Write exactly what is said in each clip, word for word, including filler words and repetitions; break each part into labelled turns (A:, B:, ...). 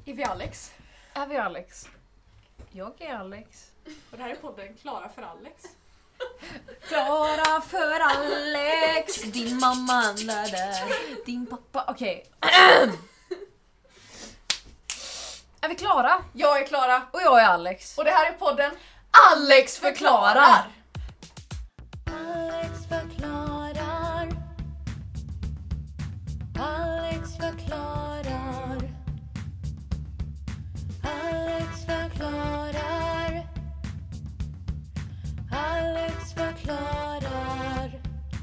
A: Är vi Alex?
B: Är vi Alex? Jag är Alex.
A: Och det här är podden Klara för Alex.
B: Klara för Alex. Din mamma är där. Din pappa. Okej. Okay. Är vi klara?
A: Jag är Klara.
B: Och jag är Alex.
A: Och det här är podden Alex förklarar.
C: Alex förklarar. Alex förklarar. Alex förklarar. Alex förklarar.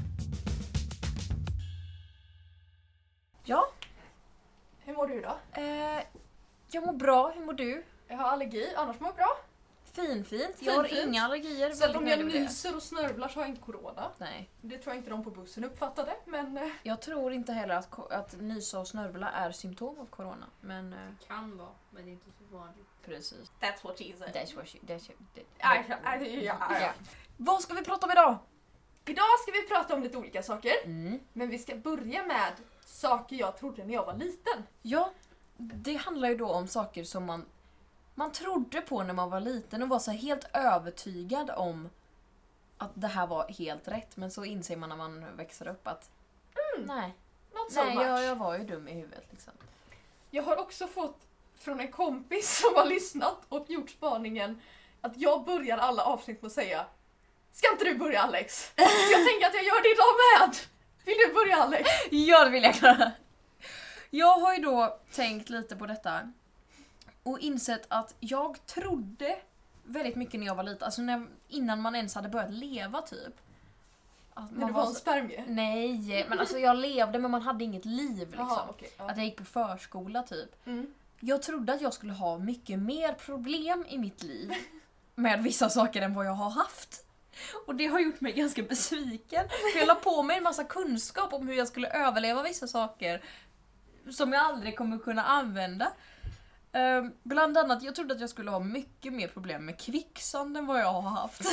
B: Ja.
A: Hur mår du då?
B: Eh, jag mår bra. Hur mår du?
A: Jag har allergi, annars mår jag bra.
B: Fin, fint. Jag har
A: Fin,
B: inga allergier.
A: Så
B: Väldigt
A: om jag
B: nöjd med det.
A: nyser och snörvlar så har jag inte corona.
B: Nej.
A: Det tror jag inte de på bussen uppfattade, men... eh,
B: Jag tror inte heller att, ko- att nysa och snörvla är symptom av corona. Men eh,
D: Kan vara, men det är inte så vanligt.
B: precis.
A: That's what she said.
B: That's what she, that's, that,
A: Aj, aj, ja, ja.
B: Ja. Vad ska vi prata om idag?
A: Idag ska vi prata om lite olika saker.
B: Mm.
A: Men vi ska börja med saker jag trodde när jag var liten.
B: Ja, det handlar ju då om saker som man, man trodde på när man var liten och var så här helt övertygad om att det här var helt rätt. Men så inser man när man växer upp att
A: Mm.
B: nej,
A: Not so
B: nej
A: much.
B: jag, jag var ju dum i huvudet liksom.
A: Jag har också fått från en kompis som har lyssnat och gjort spaningen att jag börjar alla avsnitt med att säga: ska inte du börja Alex? Så jag tänker att jag gör det idag med. Vill du börja Alex?
B: Ja, det vill jag klara. Jag har ju då tänkt lite på detta och insett att jag trodde väldigt mycket när jag var liten, alltså när, innan man ens hade börjat leva typ. Att
A: När du var en
B: så-
A: spermie?
B: Nej, men alltså jag levde men man hade inget liv liksom.
A: Jaha, okej. ja.
B: Att jag gick på förskola typ.
A: Mm.
B: Jag trodde att jag skulle ha mycket mer problem i mitt liv med vissa saker än vad jag har haft. Och det har gjort mig ganska besviken. För jag la på mig en massa kunskap om hur jag skulle överleva vissa saker som jag aldrig kommer kunna använda. Um, bland annat, jag trodde att jag skulle ha mycket mer problem med kvicksand än vad jag har haft.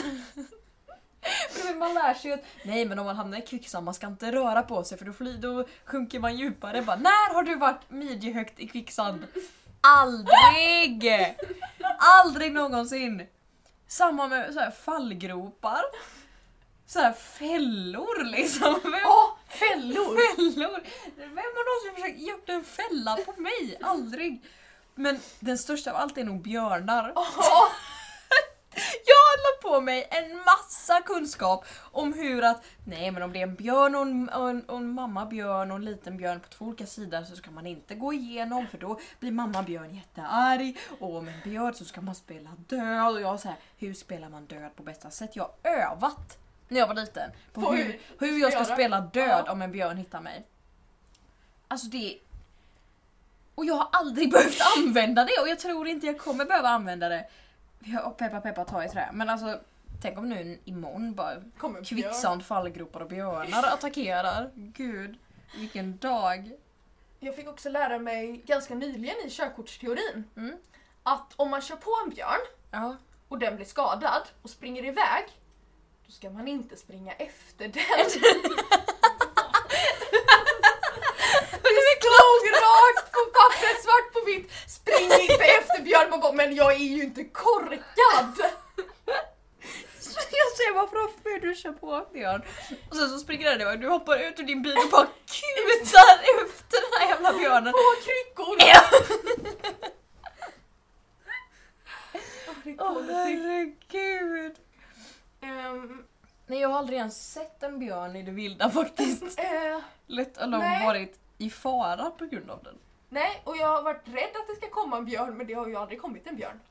B: Men man lär sig ju att nej, men om man hamnar i kvicksand man ska inte röra på sig för då, fly, då sjunker man djupare. Bara, när har du varit midjehögt i kvicksand? Aldrig! Aldrig någonsin! Samma med så här fallgropar. Så här fällor liksom. Vem,
A: Åh, fällor!
B: fällor! Vem har någonsin försökt gjort en fälla på mig? Aldrig! Men den största av allt är nog björnar.
A: Åh,
B: Jag har på mig en massa kunskap om hur att nej, men om det är en björn och en, och en, och en mamma björn och en liten björn på två olika sidor så ska man inte gå igenom för då blir mamma björn jättearg, och om en björn så ska man spela död och jag så här, hur spelar man död på bästa sätt? Jag har övat när jag var liten på,
A: På
B: hur,
A: hur
B: hur
A: du
B: jag
A: ska
B: ska
A: göra.
B: spela död
A: Ja.
B: om en björn hittar mig. Alltså det, och jag har aldrig behövt använda det och jag tror inte jag kommer behöva använda det. Jag peppa peppa ta i trä. Men alltså, tänk om nu imorgon bara
A: kom en björn.
B: kvicksand, fallgropar och björnar attackerar. Gud, vilken dag.
A: Jag fick också lära mig ganska nyligen i körkortsteorin
B: Mm.
A: att om man kör på en björn
B: Ja.
A: och den blir skadad och springer iväg, då ska man inte springa efter den. Det stod rakt på pappret, svart på vitt. Spring inte efter björn. Man bara, men jag är ju inte korkad.
B: Jag ser bara framför du kör på björn. Och sen så springer den iväg. Du hoppar ut ur din bil och bara kutar efter den här jävla björnen.
A: På kryckor.
B: Ja.
A: Åh, det är
B: Åh
A: coolt.
B: herregud.
A: Ehm,
B: Nej, jag har aldrig ens sett en björn i det vilda faktiskt.
A: eh,
B: Lätt alone
A: Nej.
B: varit i fara på grund av den.
A: nej, och jag har varit rädd att det ska komma en björn, men det har ju aldrig kommit en björn.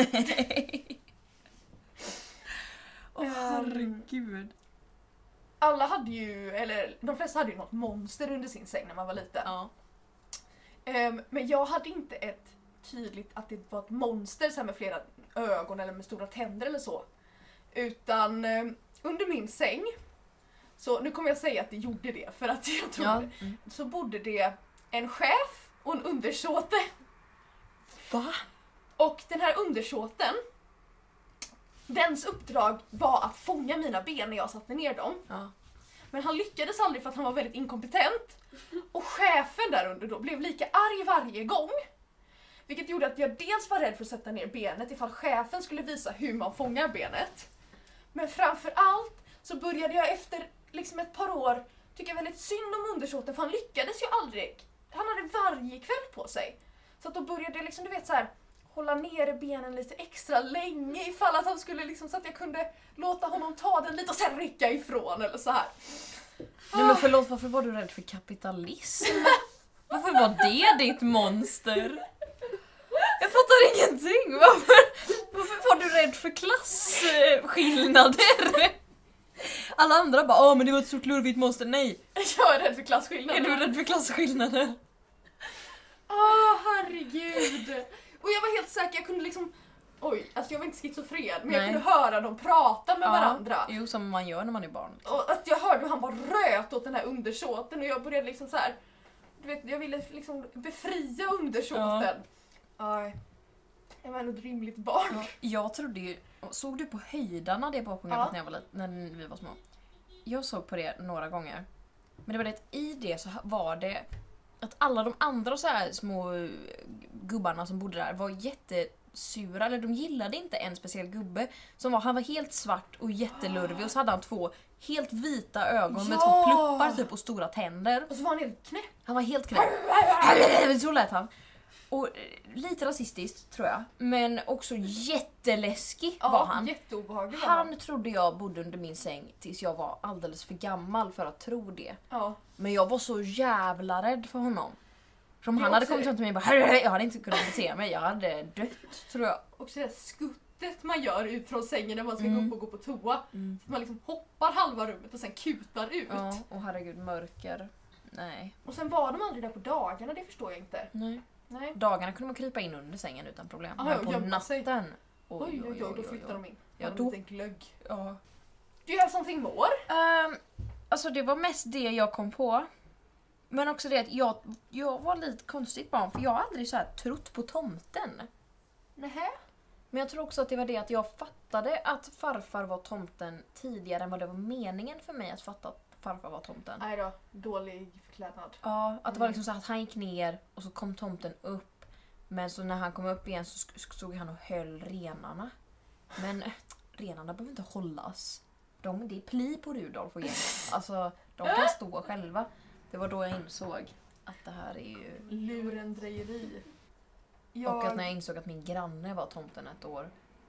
B: Åh
A: Ehm.
B: herregud.
A: Alla hade ju, eller de flesta hade ju något monster under sin säng när man var liten.
B: Ja.
A: Ehm, men jag hade inte ett tydligt att det var ett monster så här med flera ögon eller med stora tänder eller så. Utan ehm, under min säng, så nu kommer jag säga att det gjorde det för att jag tror
B: Ja.
A: det,
B: Mm.
A: så bodde det en chef och en undersåte.
B: Va?
A: Och den här undersåten, dens uppdrag var att fånga mina ben när jag satte ner dem.
B: Ja.
A: Men han lyckades aldrig för att han var väldigt inkompetent. Och chefen där under då blev lika arg varje gång. Vilket gjorde att jag dels var rädd för att sätta ner benet ifall chefen skulle visa hur man fångar benet. Men framför allt så började jag efter liksom ett par år tycka väldigt synd om undersåten, för han lyckades ju aldrig. Han hade varje kväll på sig. Så att då började jag liksom, du vet så här, hålla nere benen lite extra länge ifall att han skulle liksom, så att jag kunde låta honom ta den lite och sen rycka ifrån eller så här.
B: Nej men förlåt, varför var du rädd för kapitalism? Varför var det ditt monster? Jag fattar ingenting. Varför, varför var du rädd för klasskillnader? Alla andra bara, åh men det var ett stort lurvigt monster. Nej,
A: Jag är rädd för klasskillnader.
B: är du rädd för klasskillnader?
A: Åh, oh, herregud. Och jag var helt säker, jag kunde liksom, oj, alltså jag var inte schizofren, men jag
B: Nej.
A: kunde höra dem prata med varandra.
B: Jo, som man gör när man är barn.
A: Och att jag hörde hur han bara röt åt den här undersåten och jag började liksom så här, du vet, jag ville liksom befria undersåten. Ja. Jag var ändå ett rimligt barn.
B: Ja, jag trodde ju, såg du på Höjdarna, det barnprogrammet
A: Ja.
B: när, jag var, lit- när vi var små? Jag såg på det några gånger. Men det var det att i det så var det att alla de andra så här små eh, gubbarna som bodde där var jättesura, eller de gillade inte en speciell gubbe som var, han var helt svart och jättelurvig och så hade han två helt vita ögon med
A: Ja.
B: två pluppar typ och stora tänder.
A: Och så var han helt knäpp.
B: Han var helt knäpp. Så lät han. Och eh, lite rasistiskt tror jag, men också jätteläskig
A: Ja,
B: var han.
A: Jätteobehaglig var
B: Han trodde jag bodde under min säng tills jag var alldeles för gammal för att tro det.
A: Ja.
B: Men jag var så jävla rädd för honom. För om
A: Det är
B: han hade
A: också-
B: kommit fram till mig och bara "Hej, hej", jag hade inte kunnat bete mig, jag hade dött tror jag.
A: Och så det där skuttet man gör ut från sängen när man ska
B: Mm.
A: gå upp och gå på toa.
B: Mm.
A: Så man liksom hoppar halva rummet och sen kutar ut.
B: Ja, och herregud, mörker. Nej.
A: Och sen var de aldrig där på dagarna, det förstår jag inte.
B: Nej.
A: Nej.
B: Dagarna kunde man krypa in under sängen utan problem.
A: Ah,
B: men
A: ja,
B: på
A: gömma sig.
B: natten.
A: Oj, oj, oj, då flyttar de in.
B: Ja,
A: Ja,
B: då-
A: då... En glögg.
B: Ja.
A: Do you have something more?
B: Um, alltså det var mest det jag kom på. Men också det att jag, jag var lite konstigt barn för jag har aldrig så här trott på tomten.
A: Nähä?
B: Men jag tror också att det var det att jag fattade att farfar var tomten tidigare än vad det var meningen för mig att fatta att farfar var tomten.
A: Nej då, dålig förklädnad.
B: Ja, att det var liksom så att han gick ner och så kom tomten upp. Men så när han kom upp igen så sk- stod han och höll renarna. Men eh, renarna behöver inte hållas. De, det är pli på Rudolf och gänget. Alltså, de kan stå själva. Det var då jag insåg att det här är ju...
A: Lurendrejeri. Jag,
B: Och att när jag insåg att min granne var tomten ett år.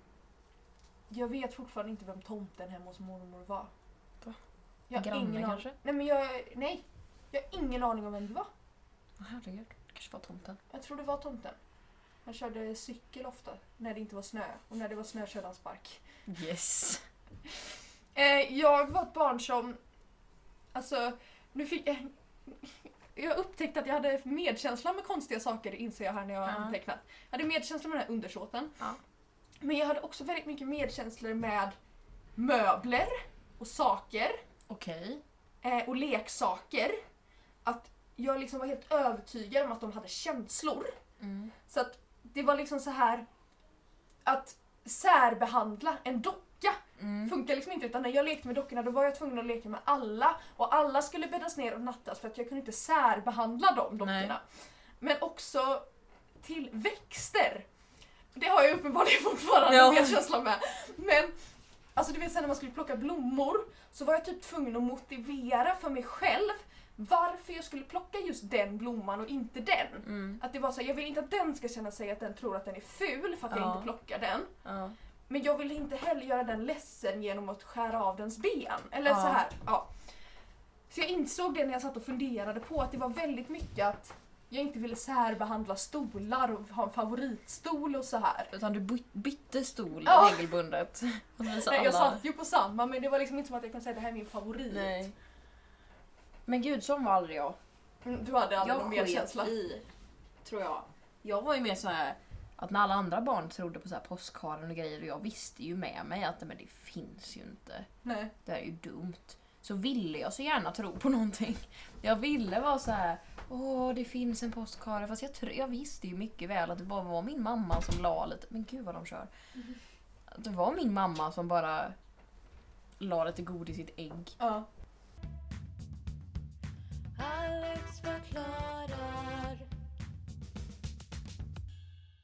A: jag vet fortfarande inte vem tomten hemma hos mormor var.
B: Va?
A: Jag har
B: Granne
A: ingen aning.
B: kanske?
A: Nej, men jag, nej. Jag har ingen aning om vem det var.
B: Åh, herregud, det kanske var tomten.
A: Jag tror det var tomten. Han körde cykel ofta när det inte var snö. Och när det var snö körde han spark.
B: Yes.
A: Eh, jag var ett barn som... Alltså, nu fick jag... Jag upptäckte att jag hade medkänsla med konstiga saker, inser jag här när jag har
B: Ja.
A: antecknat. Jag hade medkänsla med den här undersåten.
B: Ja.
A: Men jag hade också väldigt mycket medkänslor med möbler och saker
B: Okej.
A: eh, och leksaker. Att jag liksom var helt övertygad om att de hade känslor.
B: Mm.
A: Så att det var liksom så här att särbehandla en docka
B: Mm.
A: funkar liksom inte, utan när jag lekte med dockorna då var jag tvungen att leka med alla och alla skulle bäddas ner och nattas för att jag kunde inte särbehandla de dockorna.
B: Nej.
A: Men också till växter. Det har jag uppenbarligen fortfarande
B: Ja.
A: medkänsla med. Men alltså du vet sen när man skulle plocka blommor så var jag typ tvungen att motivera för mig själv varför jag skulle plocka just den blomman och inte den.
B: Mm.
A: Att det var så här, jag vill inte att den ska känna sig att den tror att den är ful för att jag
B: Ja.
A: inte plockar den.
B: Ja.
A: Men jag vill inte heller göra den ledsen genom att skära av dens ben. Eller
B: Ja.
A: så här, ja. Så jag insåg det när jag satt och funderade på att det var väldigt mycket att jag inte ville särbehandla stolar och ha en favoritstol och så här.
B: Utan du by- bytte stol
A: Ja.
B: regelbundet. Att visa
A: Nej, jag
B: alla.
A: satt ju på samma men det var liksom inte som att jag kunde säga att det här är min favorit.
B: Nej. Men gud, sån var aldrig jag.
A: Mm, Du hade aldrig
B: Jag
A: någon
B: sket
A: medkänsla.
B: i, tror jag. Jag var ju mer så här att när alla andra barn trodde på så här påskharen och grejer och jag visste ju med mig att men det finns ju inte.
A: Nej.
B: Det är ju dumt. Så ville jag så gärna tro på någonting. Jag ville vara så här: åh, det finns en påskhare. Fast jag, tr- jag visste ju mycket väl att det bara var min mamma som la lite. Men gud vad de kör. Det var min mamma som bara la lite godis i sitt ägg.
A: Ja.
C: Alex förklarar.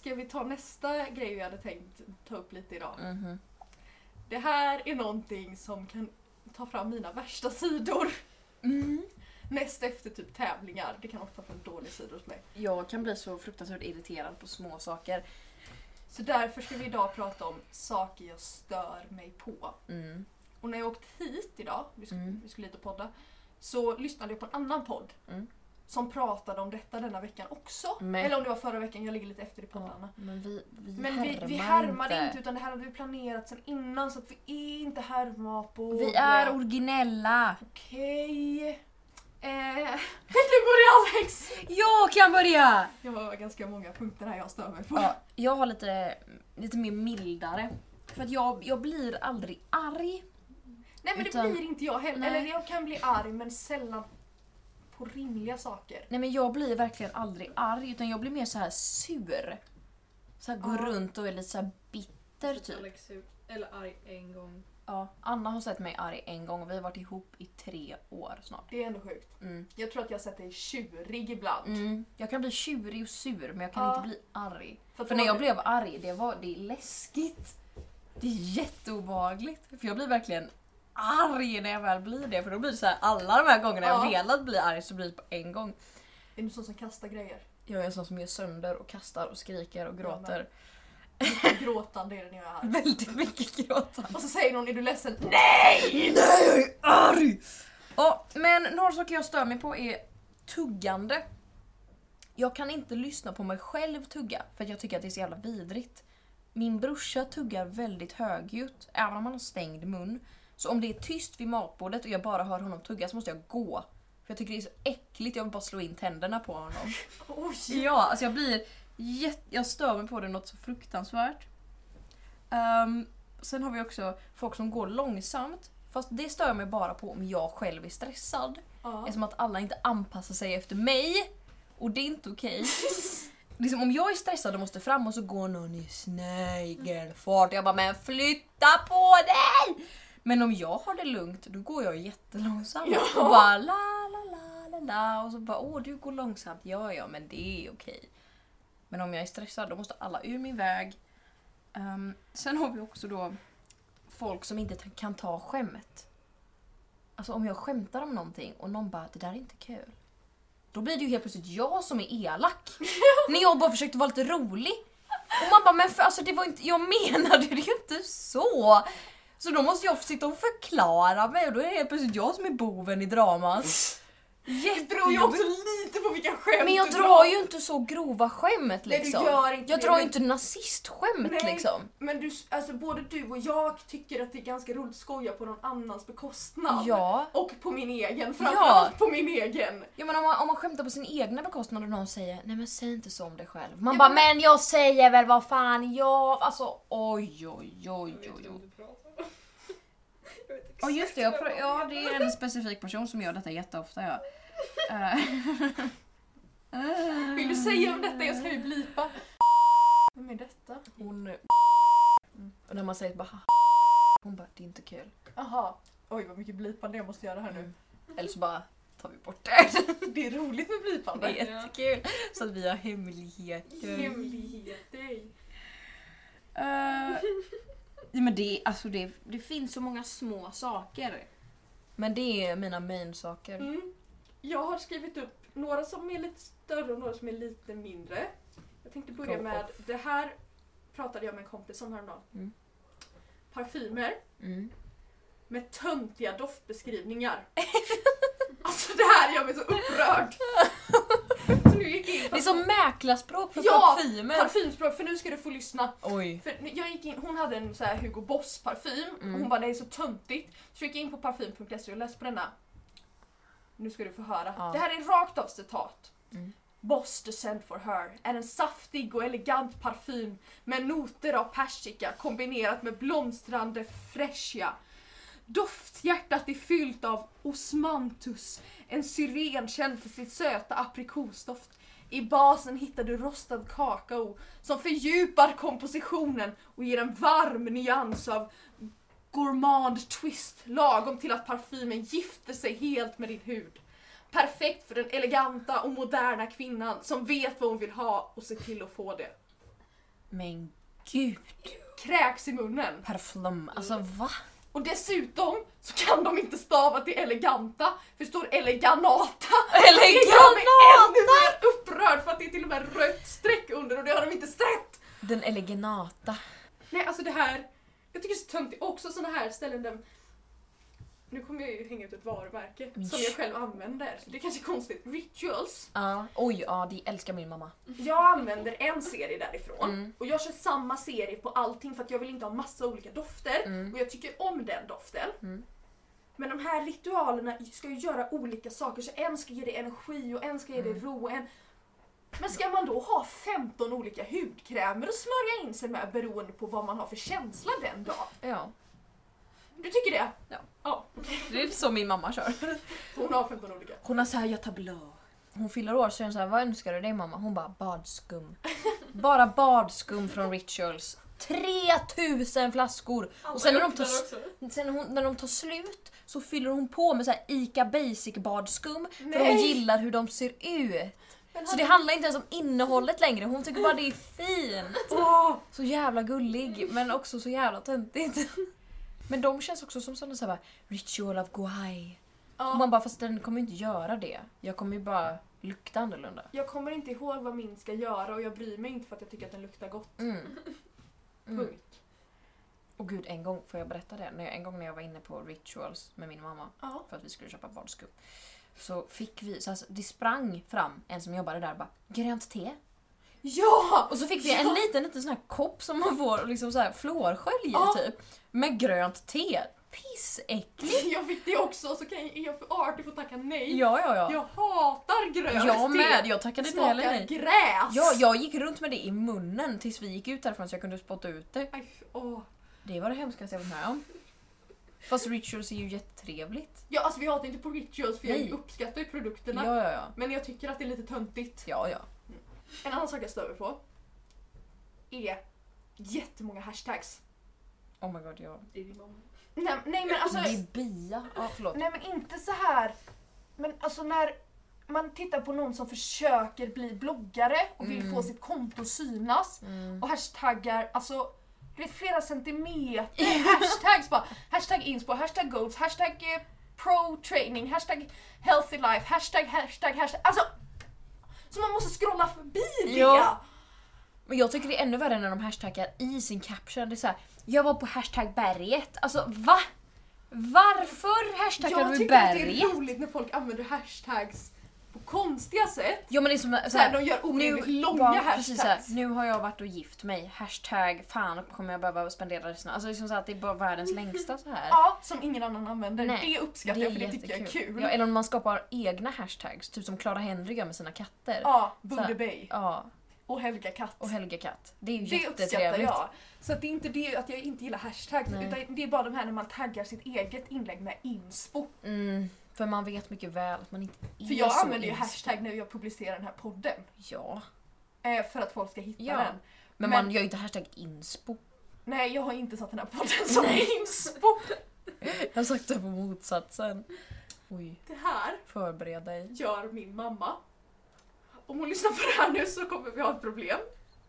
A: ska vi ta nästa grej vi hade tänkt ta upp lite idag.
B: Mhm.
A: Det här är någonting som kan ta fram mina värsta sidor.
B: Mm.
A: Näst efter typ tävlingar. Det kan också ta fram dåliga sidor hos mig.
B: Jag kan bli så fruktansvärt irriterad på små saker.
A: Så därför ska vi idag prata om saker jag stör mig på.
B: Mm.
A: Och när jag åkte hit idag, vi skulle,
B: Mm.
A: vi skulle hit och podda, så lyssnade jag på en annan podd.
B: Mm.
A: Som pratade om detta denna veckan också.
B: Men-
A: Eller om det var förra veckan, jag ligger lite efter i poddarna.
B: Men vi, vi
A: Men vi, vi
B: härmar
A: härmade
B: inte.
A: inte utan det här hade vi planerat sedan innan så att vi är inte härmapor.
B: Vi är originella.
A: Okej. Eh, nu börjar Alex!
B: Jag kan börja!
A: Jag har ganska många punkter här jag stör mig på.
B: Ja, jag har lite, lite mer mildare. För att jag, jag blir aldrig arg.
A: Nej men
B: utan-
A: det blir inte jag heller.
B: Nej.
A: Eller jag kan bli arg men sällan på rimliga saker.
B: Nej men jag blir verkligen aldrig arg utan jag blir mer så här sur. Så här går
A: Ja.
B: runt och är lite så här bitter typ.
D: Alex sur. Eller arg en gång.
B: Ja, Anna har sett mig arg en gång och vi har varit ihop i tre år snart.
A: Det är ändå sjukt.
B: Mm.
A: Jag tror att jag har sett dig tjurig ibland.
B: Mm. Jag kan bli tjurig och sur men jag kan
A: Ja.
B: inte bli arg.
A: För, att
B: För när
A: då-
B: jag blev arg, det, var, det är läskigt. Det är jätteobehagligt. För jag blir verkligen arg när jag väl blir det. För då blir det så här, alla de här gångerna jag
A: Ja.
B: velat bli arg så blir det på en gång.
A: Är du sån som kastar grejer?
B: Jag är en sån som gör sönder och kastar och skriker och gråter.
A: Mycket gråtande är det när jag är arg.
B: Väldigt mycket gråtande.
A: Och så säger någon, är du ledsen?
B: Nej! Nej, jag är arg! Ja, men några saker jag stör mig på är tuggande. Jag kan inte lyssna på mig själv tugga för att jag tycker att det är så jävla vidrigt. Min brorsa tuggar väldigt högljutt, även om han har stängd mun. Så om det är tyst vid matbordet och jag bara hör honom tugga så måste jag gå. För jag tycker det är så äckligt, jag vill bara slå in tänderna på honom.
A: Oj!
B: Ja, alltså jag blir jätte... Jag stör mig på det något så fruktansvärt. Um, sen har vi också folk som går långsamt. Fast det stör mig bara på om jag själv är stressad.
A: Ja.
B: Eftersom att alla inte anpassar sig efter mig. Och det är inte okej. Liksom om jag är stressad och måste fram och så går någon i snigelfart. Jag bara, men flytta på dig! Men om jag har det lugnt, då går jag jättelångsamt.
A: Ja.
B: Och bara la la la la la. Och så bara, åh du går långsamt. Ja ja, men det är okej. Men om jag är stressad, då måste alla ur min väg. Um, sen har vi också då folk som inte ta- kan ta skämt. Alltså om jag skämtar om någonting och någon bara, det där är inte kul. Då blir det ju helt plötsligt jag som är elak. När jag bara försökte vara lite rolig. Och man bara, men för, alltså det var inte, jag menade det ju inte så. Så då måste jag sitta och förklara mig och då är det helt plötsligt jag som är boven i dramat.
A: Det beror ju också lite på vilka skämt
B: Men jag
A: du
B: drar ju inte så grova skämt
A: Nej, du
B: liksom.
A: gör inte
B: jag
A: det,
B: drar ju
A: men-
B: inte nazistskämt
A: Nej.
B: liksom.
A: Men du, alltså både du och jag tycker att det är ganska roligt att skoja på någon annans bekostnad.
B: Ja.
A: Och på min egen, framförallt
B: Ja.
A: på min egen.
B: Ja men om man, om man skämtar på sin egna bekostnad och någon säger nej men säg inte så om dig själv. Man
A: Ja,
B: bara
A: men-
B: men jag säger väl vad fan jag alltså oj oj oj
D: Jag
B: oj
D: vet inte
B: oj.
D: om du pratar om. Jag vet
B: Ja just det, jag, pr- ja det är en specifik person som gör detta jätteofta ja. Eh.
A: Vill du säga om detta? Jag ska ju blipa. Vem är detta?
B: Hon mm. Och när man säger bara hon bara det är inte kul.
A: Aha. Oj vad mycket blipande jag måste göra här nu.
B: Mm. Eller så bara tar vi bort det.
A: Det är roligt med
B: Det är
A: blipande.
B: jättekul. Så att vi har hemligheter.
A: Hemligheter.
B: Uh, ja, men det, alltså det, det finns så många små saker. Men det är mina main saker.
A: Mm. Jag har skrivit upp några som är lite större och några som är lite mindre. Jag tänkte börja
B: Go
A: med, det här pratade jag med en kompis om häromdagen.
B: Mm.
A: Parfymer
B: Mm.
A: med töntiga doftbeskrivningar. Alltså det här gör mig så upprörd. Så nu gick jag in
B: Det är som mäklarspråk för
A: Ja,
B: parfymer.
A: parfymspråk, för nu ska du få lyssna.
B: Oj.
A: För jag gick in, hon hade en så här Hugo Boss parfym
B: Mm.
A: och hon bara det är så töntigt. Så jag gick in på parfym punkt se och läste på denna. Nu ska du få höra.
B: Ja.
A: Det här är rakt av citat.
B: Mm.
A: Boss The Scent for Her är en saftig och elegant parfym med noter av persika kombinerat med blomstrande fräschia. Dofthjärtat är fyllt av osmanthus, en syren känd för sitt söta aprikosdoft. I basen hittar du rostad kakao som fördjupar kompositionen och ger en varm nyans av gourmand twist lagom till att parfymen gifter sig helt med din hud. Perfekt för den eleganta och moderna kvinnan som vet vad hon vill ha och ser till att få det.
B: Men gud.
A: Kräks i munnen.
B: Perflum. Alltså va?
A: Och dessutom så kan de inte stava till eleganta, för det står eleganata.
B: Eleganata!
A: Det gör mig ännu mer upprörd för att det är till och med rött streck under och det har de inte sett.
B: Den eleganata.
A: Nej, alltså det här, jag tycker det är så töntigt. Också såna här ställen där, nu kommer jag ju hänga ut ett varumärke
B: Men
A: som jag själv använder. Så det är kanske är konstigt. Rituals.
B: Ja, oj, ja, det älskar min mamma.
A: Jag använder en serie därifrån
B: Mm.
A: och jag kör samma serie på allting för att jag vill inte ha massa olika dofter
B: Mm.
A: och jag tycker om den doften.
B: Mm.
A: Men de här ritualerna ska ju göra olika saker, så en ska ge dig energi och en ska ge dig
B: Mm.
A: ro och en... Men ska man då ha femton olika hudkrämer och smörja in sig med beroende på vad man har för känsla den dagen?
B: Ja,
A: Du tycker det?
B: Ja.
A: Ja,
B: det är så min mamma kör.
A: hon har femton olika.
B: Hon har så här, jag tar blå. Hon fyller år så är hon så här, vad önskar du dig mamma? Hon bara, badskum. Bara badskum från Rituals. tre tusen flaskor! Och sen när de, tar, sen när, hon, när de tar slut så fyller hon på med så här Ica Basic badskum. För
A: Nej.
B: hon gillar hur de ser ut.
A: Men
B: Så det handlar inte ens om innehållet längre. Hon tycker bara det är fint.
A: Åh!
B: Så jävla gullig men också så jävla töntigt. Men de känns också som sådana så här, Ritual of Guay.
A: Ja.
B: Och man bara, fast den kommer inte göra det. Jag kommer ju bara lukta annorlunda.
A: Jag kommer inte ihåg vad min ska göra och jag bryr mig inte för att jag tycker att den luktar gott.
B: Mm. Mm.
A: Punkt.
B: Och gud, en gång, får jag berätta det? När jag, en gång när jag var inne på Rituals med min mamma
A: Ja.
B: för att vi skulle köpa badskum. Så fick vi, så alltså, det sprang fram en som jobbade där och bara, grönt te?
A: Ja!
B: Och så fick vi en
A: Ja.
B: liten, liten sån här kopp som man får liksom så här flårskölj i
A: Ja.
B: typ. Med grönt te. Pissäckligt.
A: Jag fick det också, så kan jag, är jag för artig för att tacka nej.
B: Ja, ja, ja.
A: Jag hatar grönt
B: Jag
A: te.
B: med, jag tackade inte heller
A: Smakar
B: nej.
A: gräs.
B: Ja, jag gick runt med det i munnen tills vi gick ut därifrån så jag kunde spotta ut det.
A: Aj, åh.
B: Det var det hemskaste jag varit med om. Fast Rituals är ju jättetrevligt.
A: Ja, alltså vi hatar inte på Rituals för jag
B: Nej.
A: uppskattar ju produkterna.
B: Ja, ja, ja.
A: Men jag tycker att det är lite töntigt.
B: Ja, ja.
A: En annan sak jag stör mig på är jättemånga hashtags.
B: Oh my god, ja.
D: Det är din mamma.
A: Nej, nej men alltså...
B: Det är bia. Ja, förlåt.
A: Nej men inte så här. Men alltså när man tittar på någon som försöker bli bloggare och vill
B: Mm.
A: få sitt konto synas
B: Mm.
A: och hashtaggar, alltså det är flera centimeter hashtags bara. Hashtag inspo, hashtag goals, hashtag eh, pro training, hashtag healthy life, hashtag, hashtag, hashtag. Alltså, så man måste scrolla förbi det.
B: Ja. Men jag tycker det är ännu värre när de hashtaggar i sin caption. Det är så här, jag var på hashtag berget. Alltså, va? Varför hashtaggar
A: Jag
B: du
A: tycker att det
B: berget?
A: är roligt när folk använder hashtags på konstiga sätt.
B: Ja, men det är som
A: Så här, de gör onödigt långa
B: ja,
A: hashtags.
B: precis så här, nu har jag varit och gift mig. Hashtag fan kommer jag behöva spendera resten. Alltså liksom så här, att det är bara världens längsta så här.
A: Ja, som ingen annan använder.
B: Nej,
A: det uppskattar jag för det tycker jag är kul.
B: Ja, eller om man skapar egna hashtags, typ som Clara Henry gör med sina katter.
A: Ja,
B: Så här,
A: Bunde Bay
B: Ja,
A: och Helga Katt.
B: och Helga Katt. Det är ju
A: Det uppskattar
B: jättetrevligt.
A: jag. Så att det är inte det att jag inte gillar hashtags,
B: Nej.
A: utan det är bara de här när man taggar sitt eget inlägg med inspo.
B: Mm, för man vet mycket väl att man inte är
A: För jag
B: så
A: använder ju
B: inspo.
A: hashtag när jag publicerar den här podden.
B: Ja,
A: Eh, för att folk ska hitta
B: Ja.
A: den.
B: men,
A: Men-
B: man gör ju inte hashtag inspo.
A: Nej, jag har inte satt den här podden som
B: Nej.
A: inspo.
B: Jag har sagt det på motsatsen. Oj,
A: Det här
B: förbered dig.
A: gör min mamma. Om hon lyssnar på det här nu så kommer vi ha ett problem.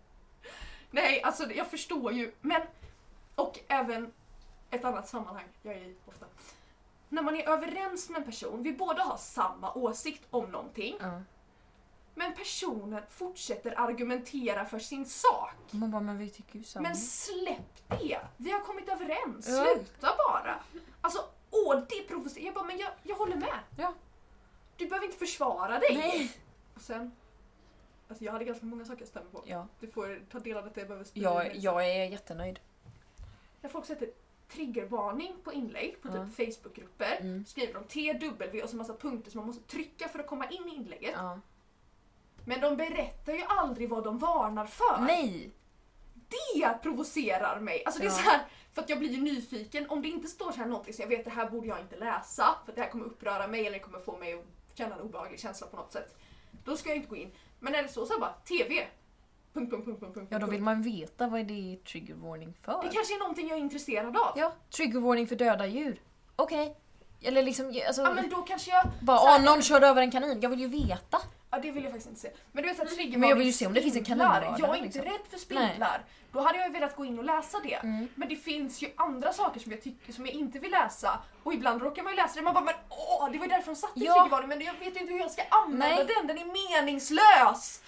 A: Nej, alltså jag förstår ju, men... Och även ett annat sammanhang jag är i ofta. När man är överens med en person, vi båda har samma åsikt om någonting,
B: Ja.
A: men personen fortsätter argumentera för sin sak.
B: Man bara, men vi tycker ju samma.
A: Men släpp det! Vi har kommit överens,
B: Ja.
A: sluta bara! Alltså, åh, det provocerar. Jag bara, men jag, jag håller med.
B: Ja.
A: Du behöver inte försvara dig.
B: Nej.
A: Och sen, alltså jag hade ganska många saker jag stämmer på.
B: Ja.
A: Du får ta del av detta, jag behöver sprida
B: Jag,
A: mig.
B: jag är jättenöjd.
A: När folk sätter triggervarning på inlägg på typ
B: Ja.
A: Facebookgrupper,
B: Mm.
A: skriver de T W och så massa punkter som man måste trycka för att komma in i inlägget.
B: Ja.
A: Men de berättar ju aldrig vad de varnar för.
B: Nej!
A: Det provocerar mig. Alltså det är
B: Ja.
A: så här, för att jag blir ju nyfiken. Om det inte står så här någonting så jag vet det här borde jag inte läsa för att det här kommer uppröra mig eller det kommer få mig att känna en obehaglig känsla på något sätt. Då ska jag inte gå in. Men är det så så här bara T V. Punkt, punkt, punkt, punkt, punkt.
B: Ja, då vill man veta vad det är trigger warning för.
A: Det kanske är någonting jag är intresserad av.
B: Ja, trigger warning för döda djur. Okej. Eller liksom, alltså,
A: Ja men då kanske jag...
B: bara,
A: så här-
B: åh, någon körde över en kanin. Jag vill ju veta.
A: Ja, det vill jag faktiskt inte se. Men du vet att triggervarning.
B: Men jag vill ju se om det finns en
A: spindlar.
B: kaninmördare,
A: Jag är inte
B: liksom.
A: rädd för spindlar. Då hade jag ju velat gå in och läsa det.
B: Mm.
A: Men det finns ju andra saker som jag tycker som jag inte vill läsa. Och ibland råkar man ju läsa det. Man bara, men åh, det var ju därför de satte
B: Ja.
A: triggervarning. Men jag vet ju inte hur jag ska använda
B: Nej.
A: den. Den är meningslös.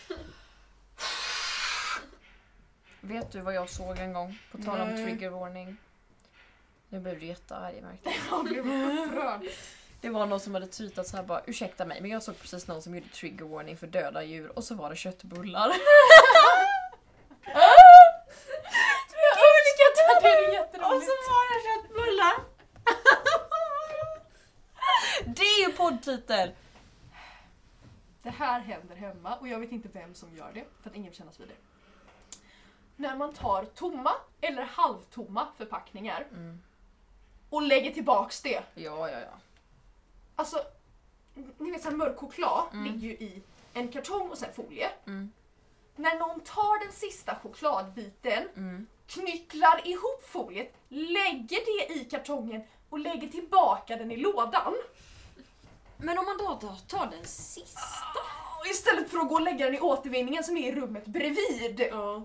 B: Vet du vad jag såg en gång? På tal om
A: Nej.
B: triggervarning. Nu blev du jättearg, märkte jag.
A: Jag blev upprörd.
B: Det var någon som hade tweetat så här bara, ursäkta mig, men jag såg precis någon som gjorde trigger warning för döda djur och så var det köttbullar.
A: Jag uppskattar det, det är jätteroligt.
B: Och så var det köttbullar. Det är ju poddtitel.
A: Det här händer hemma och jag vet inte vem som gör det för att ingen kännas vid det. När man tar tomma eller halvtomma förpackningar
B: Mm.
A: och lägger tillbaks det.
B: Ja, ja, ja.
A: Alltså, ni vet så här, mörk choklad
B: Mm.
A: ligger ju i en kartong och sen folie.
B: Mm.
A: När någon tar den sista chokladbiten,
B: Mm.
A: knycklar ihop foliet, lägger det i kartongen och lägger tillbaka den i lådan.
B: Men om man då tar den sista?
A: Och istället för att gå och lägga den i återvinningen som är i rummet bredvid.
B: Ja.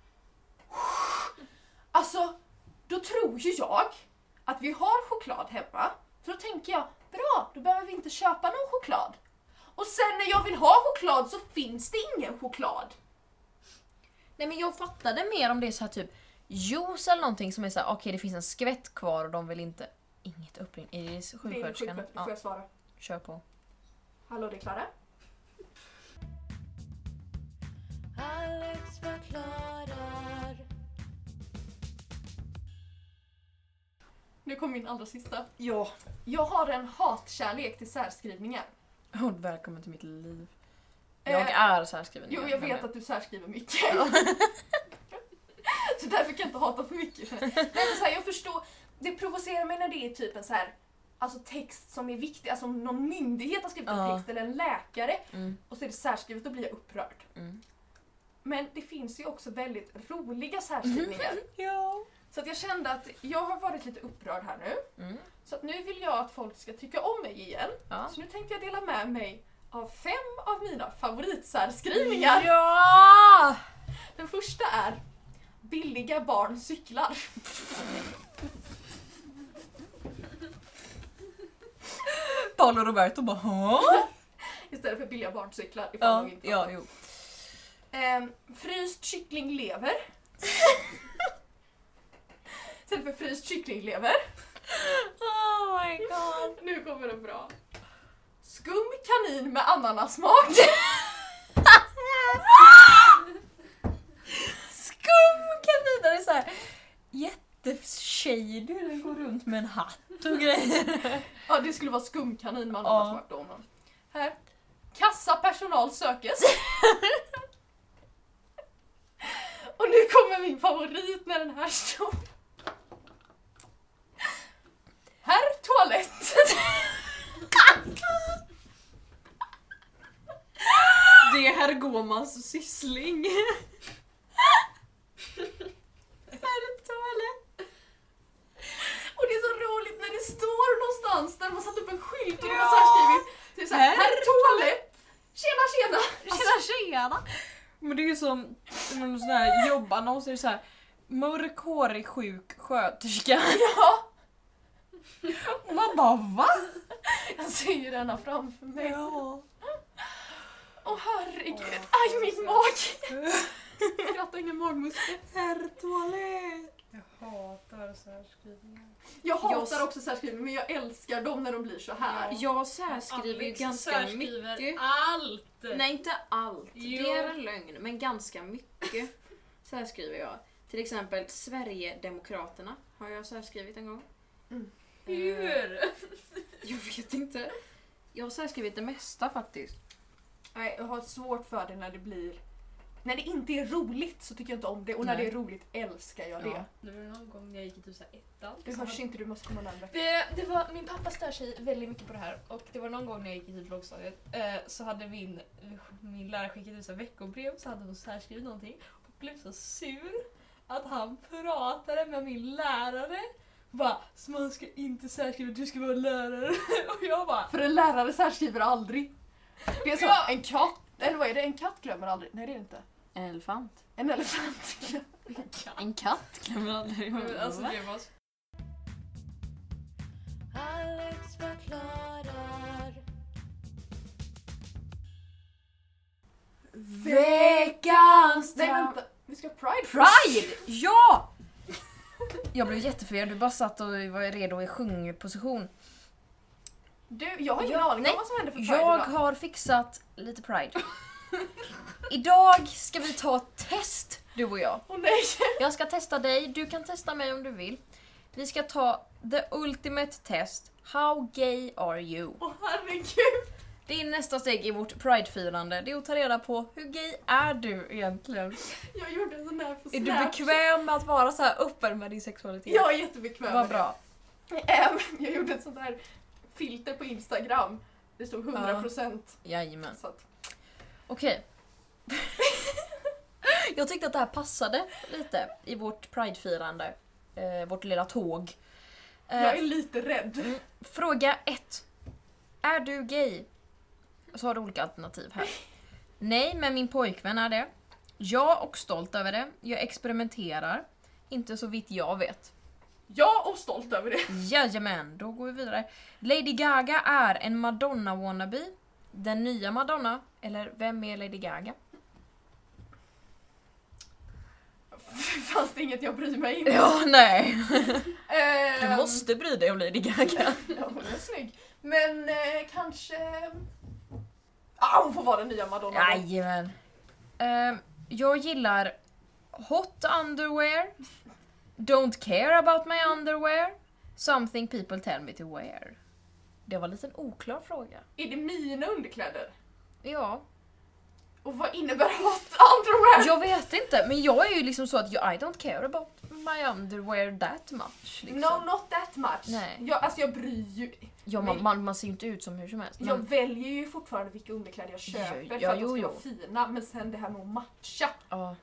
A: Alltså, då tror ju jag att vi har choklad hemma. Så då tänker jag, bra, då behöver vi inte köpa någon choklad. Och sen när jag vill ha choklad så finns det ingen choklad.
B: Nej, men jag fattade mer om det är så här typ juice eller någonting som är så här, okej, okay, det finns en skvätt kvar och de vill inte. Inget uppring. Är det
A: Det är
B: sjuksköterskan?
A: sjuksköterskan, får
B: Ja,
A: jag svara.
B: kör på.
A: Hallå, det är Klara.
C: Alex förklarar.
A: Nu kommer min allra sista.
B: Ja.
A: Jag har en hatkärlek till särskrivningar.
B: Oh, välkommen till mitt liv. Jag
A: Eh,
B: är särskriven.
A: Jo, jag vet att du särskriver mycket. Så därför kan jag inte hata för mycket. Nej, men så här, jag förstår, det provocerar mig när det är typ en så här, alltså text som är viktig, alltså om någon myndighet har skrivit en
B: Ja.
A: text eller en läkare
B: Mm.
A: och så är det särskrivet, då blir jag upprörd.
B: Mm.
A: Men det finns ju också väldigt roliga särskrivningar.
B: Ja.
A: Så att jag kände att jag har varit lite upprörd här nu.
B: Mm.
A: Så att nu vill jag att folk ska tycka om mig igen.
B: Ja.
A: Så nu tänkte jag dela med mig av fem av mina favoritsärskrivningar.
B: Ja!
A: Den första är billiga barn cyklar.
B: Paolo och Roberto bara, Hå?
A: Istället för billiga barncyklar. Ifall
B: Ja,
A: de inte
B: ja,
A: fattar.
B: jo.
A: Ehm, fryst kycklinglever. Istället för fryst kycklinglever.
B: Oh my god.
A: Nu kommer det bra. Skum kanin med ananassmak.
B: Skum kanin, det är så här jätteshady, den går runt med en hatt och grejer.
A: Ja, det skulle vara skumkanin med
B: Ja.
A: ananassmak då. Men. Här. Kassapersonal sökes. Och nu kommer min favorit när den här står. Herr toalett.
B: Det är herr Gåmans syssling. Herr toalett.
A: Och det är så roligt när det står någonstans där man satt upp en skylt och de
B: Ja.
A: har så här skrivit. Det är så här,
B: Herr
A: herr toalett. Tjena, tjena.
B: Tjena, tjena. Men det är ju som någon sån här jobbannons, är det så här mörkhårig sjuk sköterska.
A: Ja,
B: Och man bara, va?
A: jag ser ju denna framför mig.
B: Ja.
A: Åh herregud, aj min mag. Skrattar ingen magmuskel.
B: Herr toalett.
D: Jag hatar särskrivningar.
A: Jag hatar
B: Jag-
A: också särskrivning, men jag älskar dem när de blir så här.
B: Jag särskriver ju
D: Alex
B: ganska
D: särskriver
B: mycket.
D: allt!
B: Nej, inte allt.
D: Jo.
B: Det är en lögn, men ganska mycket särskriver jag. Till exempel Sverigedemokraterna har jag särskrivit en gång.
A: Mm.
B: Eh,
D: Hur?
B: Jag vet inte. Jag har särskrivit det mesta faktiskt.
A: Nej, jag har svårt för det när det blir... När det inte är roligt så tycker jag inte om det, och när
B: Nej.
A: det är roligt älskar jag det.
B: Ja.
D: Det var någon gång när jag gick i typ så här ettan.
A: Det
D: så
A: hörs
D: hade-
A: inte, du måste komma närmare.
D: Det, det var, min pappa stör sig väldigt mycket på det här och det var någon gång när jag gick i typ lågstadiet eh, så hade min, min lärare skickat ut så här veckobrev, så hade hon särskrivit någonting och blev så sur att han pratade med min lärare. Bara, så man ska inte särskriva, du ska vara lärare. Och jag bara,
A: För en lärare särskriver aldrig. Det är som
D: Ja.
A: en katt Eller vad är det? En katt glömmer aldrig. Nej, det är det inte.
B: En elefant.
A: En elefant.
B: En katt glömmer aldrig.
D: Men alltså det var...
C: Alex förklarar.
B: Veckans
A: Nej, vänta. Vi ska ha Pride.
B: Pride! Ja! Jag blev jätteförvirrad. Du bara satt och var redo i sjungposition.
A: Du, jag har ingen
B: Ja,
A: aning
B: nej.
A: om vad som händer för Pride
B: Jag
A: idag.
B: har fixat lite Pride. Idag ska vi ta ett test, du och jag.
A: Åh nej.
B: Jag ska testa dig, du kan testa mig om du vill. Vi ska ta the ultimate test. How gay are you?
A: Åh herregud.
B: Det är nästa steg i vårt Pride-firande. Det är att ta reda på hur gay är du egentligen?
A: Jag gjorde en sån här på
B: Är du
A: Snapchat.
B: bekväm med att vara så här öppen med din sexualitet?
A: Jag är jättebekväm
B: Vad
A: med
B: bra.
A: det. Äm, Jag gjorde ett sånt här filter på Instagram. Det stod hundra procent.
B: Jajamän.
A: Så att,
B: Okej. Jag tyckte att det här passade lite i vårt Pride-firande. Eh, vårt lilla tåg. Eh,
A: jag är lite rädd.
B: mm, fråga ett. Är du gay? Så har du olika alternativ här. Nej, men min pojkvän är det. Ja, och stolt över det. Jag experimenterar. Inte så vitt jag vet.
A: Jag är stolt över det.
B: Jajamän, då går vi vidare. Lady Gaga är en Madonna-wannabe. Den nya Madonna. Eller vem är Lady Gaga?
A: Fanns det inget jag bryr mig om.
B: Ja, nej. Du
A: Ehm,
B: måste bry dig om Lady Gaga.
A: Ja, hon är snygg. Men eh, kanske... Ah, hon får vara den nya Madonna. då.
B: Jajamän. Ehm, jag gillar hot underwear. Don't care about my underwear. Something people tell me to wear. Det var en liten oklar fråga.
A: Är det mina underkläder?
B: Ja.
A: Och vad innebär hot underwear?
B: Jag vet inte, men jag är ju liksom så att jag, I don't care about my underwear that much. Liksom.
A: No, not that much.
B: Nej.
A: Jag, alltså jag bryr ju...
B: Ja, man, man, man ser ju inte ut som hur som helst.
A: Jag
B: Men,
A: väljer ju fortfarande vilka underkläder jag köper
B: Ja,
A: för att
B: jo,
A: de ska
B: jo.
A: vara fina. Men sen det här med att matcha,
B: ja.